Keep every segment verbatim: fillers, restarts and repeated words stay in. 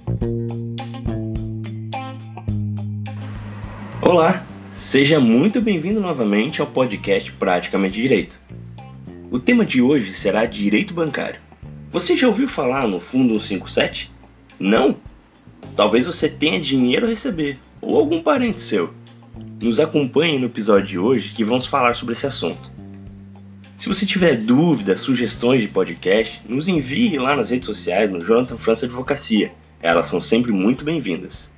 Olá, seja muito bem-vindo novamente ao podcast Praticamente Direito. O tema de hoje será Direito Bancário. Você já ouviu falar no Fundo cento e cinquenta e sete? Não? Talvez você tenha dinheiro a receber, ou algum parente seu. Nos acompanhe no episódio de hoje que vamos falar sobre esse assunto. Se você tiver dúvidas, sugestões de podcast, nos envie lá nas redes sociais no Jonathan França Advocacia. Elas são sempre muito bem-vindas.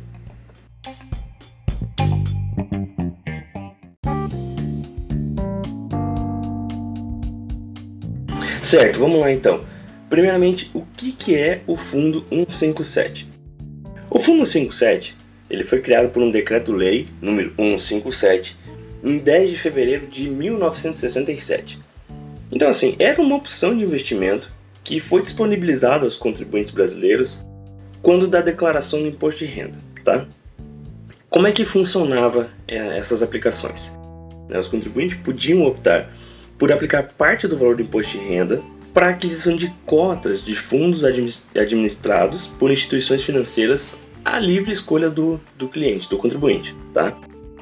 Certo, vamos lá então. Primeiramente, o que, que é o Fundo cento e cinquenta e sete? O Fundo cento e cinquenta e sete ele foi criado por um decreto-lei número cento e cinquenta e sete em dez de fevereiro de mil novecentos e sessenta e sete. Então, assim, era uma opção de investimento que foi disponibilizada aos contribuintes brasileiros quando da declaração do imposto de renda, tá? Como é que funcionava é, essas aplicações? Os contribuintes podiam optar por aplicar parte do valor do imposto de renda para a aquisição de cotas de fundos administrados por instituições financeiras à livre escolha do, do cliente, do contribuinte. Tá?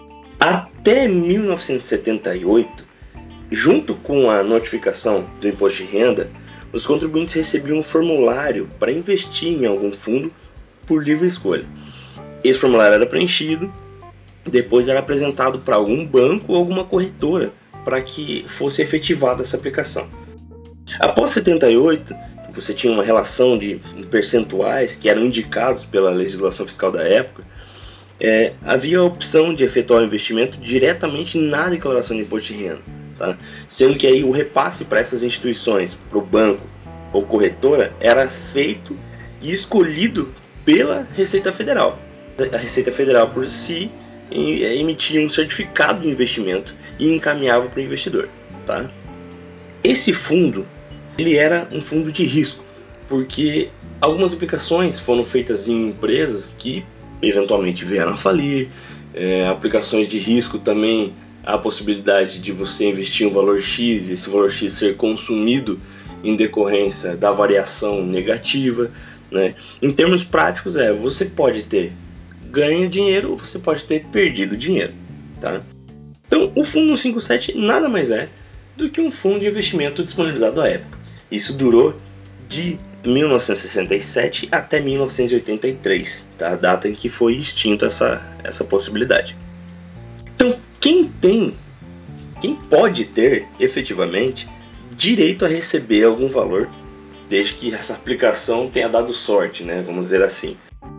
Até mil novecentos e setenta e oito, junto com a notificação do imposto de renda, os contribuintes recebiam um formulário para investir em algum fundo por livre escolha. Esse formulário era preenchido, depois era apresentado para algum banco ou alguma corretora para que fosse efetivada essa aplicação. Após setenta e oito, você tinha uma relação de percentuais que eram indicados pela legislação fiscal da época. É, havia a opção de efetuar o investimento diretamente na declaração de imposto de renda, tá? Sendo que aí o repasse para essas instituições, para o banco ou corretora, era feito e escolhido pela Receita Federal. A Receita Federal, por si, emitia um certificado de investimento e encaminhava para o investidor, tá? Esse fundo ele era um fundo de risco, porque algumas aplicações foram feitas em empresas que eventualmente vieram a falir. É, aplicações de risco também há a possibilidade de você investir um valor X e esse valor X ser consumido em decorrência da variação negativa, né? Em termos práticos, é você pode ter ganho dinheiro ou você pode ter perdido dinheiro, tá? Então, o Fundo cento e cinquenta e sete nada mais é do que um fundo de investimento disponibilizado à época. Isso durou de mil novecentos e sessenta e sete até mil novecentos e oitenta e três, tá? A data em que foi extinta essa, essa possibilidade. Então, quem tem, quem pode ter efetivamente direito a receber algum valor, desde que essa aplicação tenha dado sorte, né? Vamos dizer assim.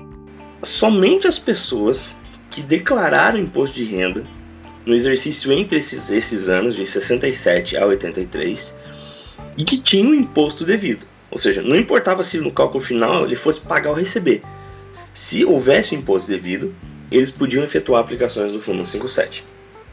Somente as pessoas que declararam imposto de renda no exercício entre esses, esses anos, de sessenta e sete a oitenta e três, e que tinham o imposto devido. Ou seja, não importava se no cálculo final ele fosse pagar ou receber. Se houvesse o imposto devido, eles podiam efetuar aplicações do Fundo cento e cinquenta e sete.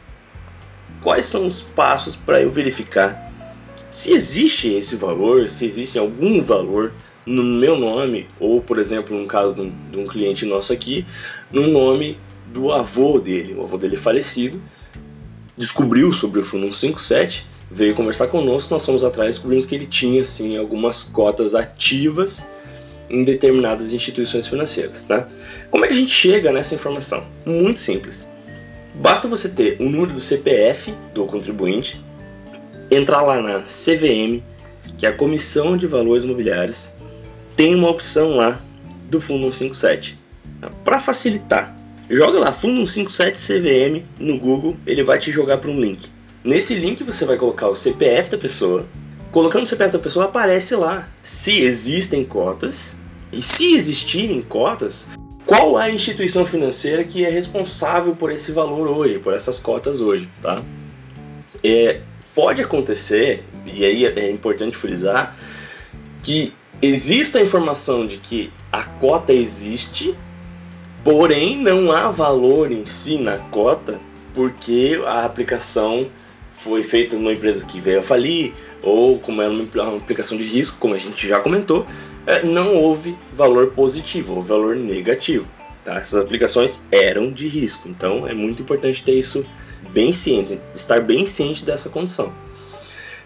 Quais são os passos para eu verificar se existe esse valor, se existe algum valor no meu nome, ou, por exemplo, no caso de um, de um cliente nosso aqui, no nome do avô dele, o avô dele falecido, descobriu sobre o Fundo cento e cinquenta e sete, veio conversar conosco, nós fomos atrás e descobrimos que ele tinha, sim, algumas cotas ativas em determinadas instituições financeiras, tá? Como é que a gente chega nessa informação? Muito simples. Basta você ter o número do C P F do contribuinte, entrar lá na C V M, que é a Comissão de Valores Mobiliários, tem uma opção lá do Fundo cento e cinquenta e sete. Para facilitar, joga lá Fundo cento e cinquenta e sete C V M no Google, ele vai te jogar para um link. Nesse link você vai colocar o C P F da pessoa. Colocando o C P F da pessoa, aparece lá se existem cotas, e se existirem cotas, qual a instituição financeira que é responsável por esse valor hoje, por essas cotas hoje, tá? É, pode acontecer, e aí é importante frisar, que existe a informação de que a cota existe, porém não há valor em si na cota, porque a aplicação foi feita numa empresa que veio a falir, ou como era uma aplicação de risco, como a gente já comentou, não houve valor positivo, houve valor negativo. Tá? Essas aplicações eram de risco, então é muito importante ter isso bem ciente, estar bem ciente dessa condição.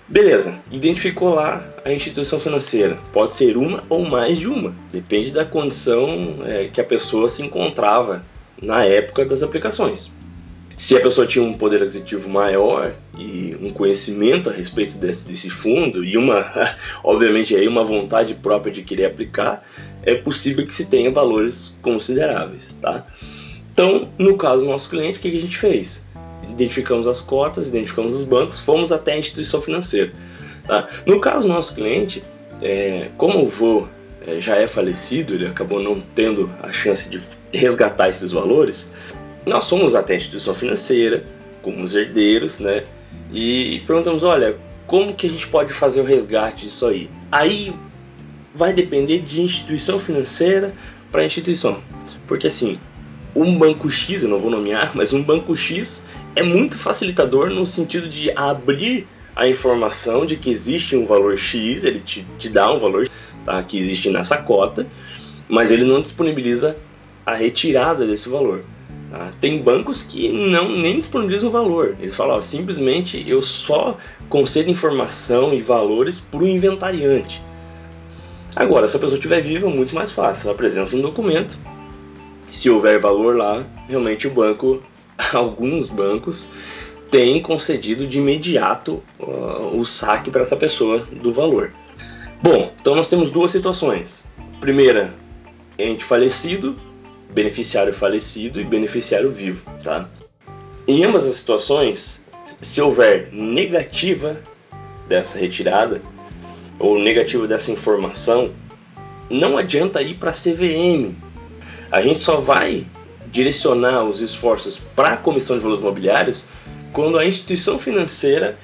Beleza, identificou lá a instituição financeira. Pode ser uma ou mais de uma, depende da condição é, que a pessoa se encontrava na época das aplicações. Se a pessoa tinha um poder aquisitivo maior e um conhecimento a respeito desse, desse fundo e uma, obviamente, aí uma vontade própria de querer aplicar, é possível que se tenha valores consideráveis, tá? Então, no caso do nosso cliente, o que a gente fez? Identificamos as cotas, identificamos os bancos, fomos até a instituição financeira, tá? No caso do nosso cliente, é, como o vô é, já é falecido, ele acabou não tendo a chance de resgatar esses valores, nós fomos até a instituição financeira, como os herdeiros, né? E perguntamos, olha, como que a gente pode fazer o resgate disso aí? Aí vai depender de instituição financeira para instituição. Porque assim, um banco X, eu não vou nomear, mas um banco X é muito facilitador no sentido de abrir a informação de que existe um valor X, ele te, te dá um valor, tá, que existe nessa cota, mas ele não disponibiliza a retirada desse valor. Tá? Tem bancos que não, nem disponibilizam o valor. Eles falam, ó, simplesmente eu só concedo informação e valores para o inventariante. Agora, se a pessoa estiver viva, é muito mais fácil. Ela apresenta um documento. Se houver valor lá, realmente o banco, alguns bancos, têm concedido de imediato uh, o saque para essa pessoa do valor. Bom, então nós temos duas situações. Primeira, ente falecido, beneficiário falecido e beneficiário vivo, tá? Em ambas as situações, se houver negativa dessa retirada ou negativa dessa informação, não adianta ir para a C V M. A gente só vai direcionar os esforços para a Comissão de Valores Mobiliários quando a instituição financeira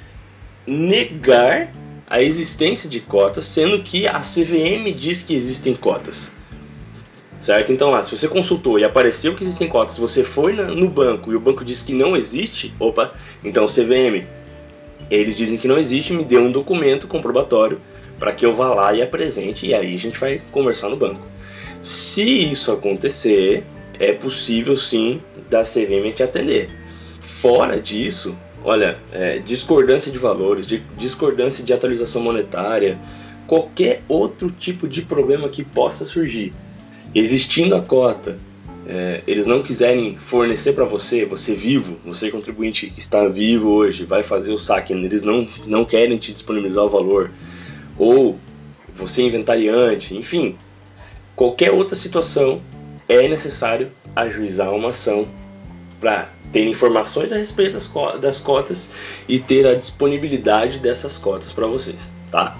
negar a existência de cotas, sendo que a C V M diz que existem cotas. Certo? Então lá, se você consultou e apareceu que existem cotas, se você foi na, no banco e o banco disse que não existe, opa, então C V M, eles dizem que não existe, me dê um documento comprobatório para que eu vá lá e apresente, e aí a gente vai conversar no banco. Se isso acontecer, é possível sim da C V M te atender. Fora disso, olha, é, discordância de valores, de, discordância de atualização monetária, qualquer outro tipo de problema que possa surgir, existindo a cota, é, eles não quiserem fornecer para você, você vivo, você contribuinte que está vivo hoje, vai fazer o saque, eles não, não querem te disponibilizar o valor, ou você inventariante, enfim, qualquer outra situação, é necessário ajuizar uma ação para ter informações a respeito das, co das cotas e ter a disponibilidade dessas cotas para vocês, tá?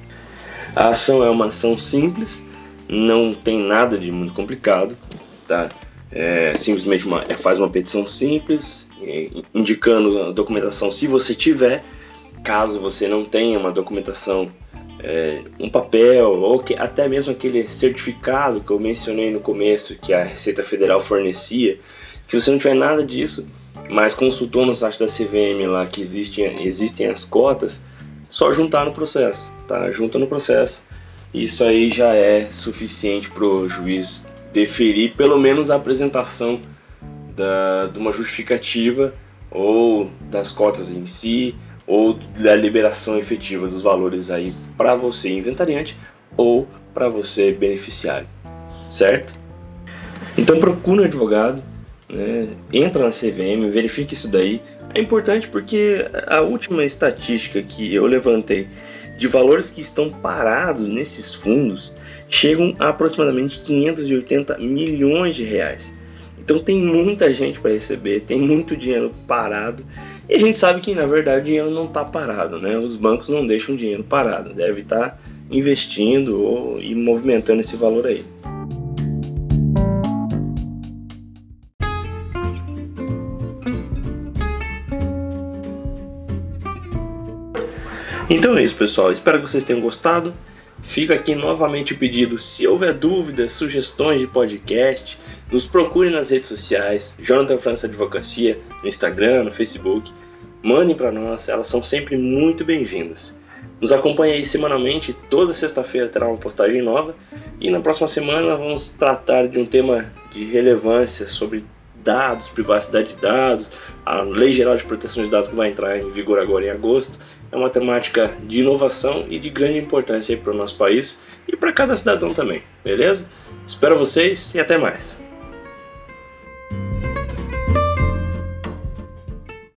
A ação é uma ação simples, não tem nada de muito complicado, tá? É simplesmente uma, é, faz uma petição simples, é, indicando a documentação se você tiver. Caso você não tenha uma documentação, é, um papel ou que, até mesmo aquele certificado que eu mencionei no começo que a Receita Federal fornecia, se você não tiver nada disso, mas consultou no site da C V M lá que existem, existem as cotas, só juntar no processo, tá? Junta no processo. Isso aí já é suficiente para o juiz deferir pelo menos a apresentação da, de uma justificativa ou das cotas em si, ou da liberação efetiva dos valores aí para você inventariante ou para você beneficiário, certo? Então procure um advogado, né? Entra na C V M, verifique isso daí. É importante porque a última estatística que eu levantei de valores que estão parados nesses fundos chegam a aproximadamente quinhentos e oitenta milhões de reais. Então tem muita gente para receber, tem muito dinheiro parado, e a gente sabe que na verdade o dinheiro não está parado, né? Os bancos não deixam o dinheiro parado, deve estar investindo ou, e movimentando esse valor aí. Então é isso, pessoal, espero que vocês tenham gostado. Fica aqui novamente o pedido, se houver dúvidas, sugestões de podcast, nos procure nas redes sociais, Jonathan França Advocacia, no Instagram, no Facebook, mandem para nós, elas são sempre muito bem-vindas. Nos acompanhe aí semanalmente, toda sexta-feira terá uma postagem nova, e na próxima semana vamos tratar de um tema de relevância sobre dados, privacidade de dados, a Lei Geral de Proteção de Dados que vai entrar em vigor agora em agosto, é uma temática de inovação e de grande importância para o nosso país e para cada cidadão também, beleza? Espero vocês e até mais!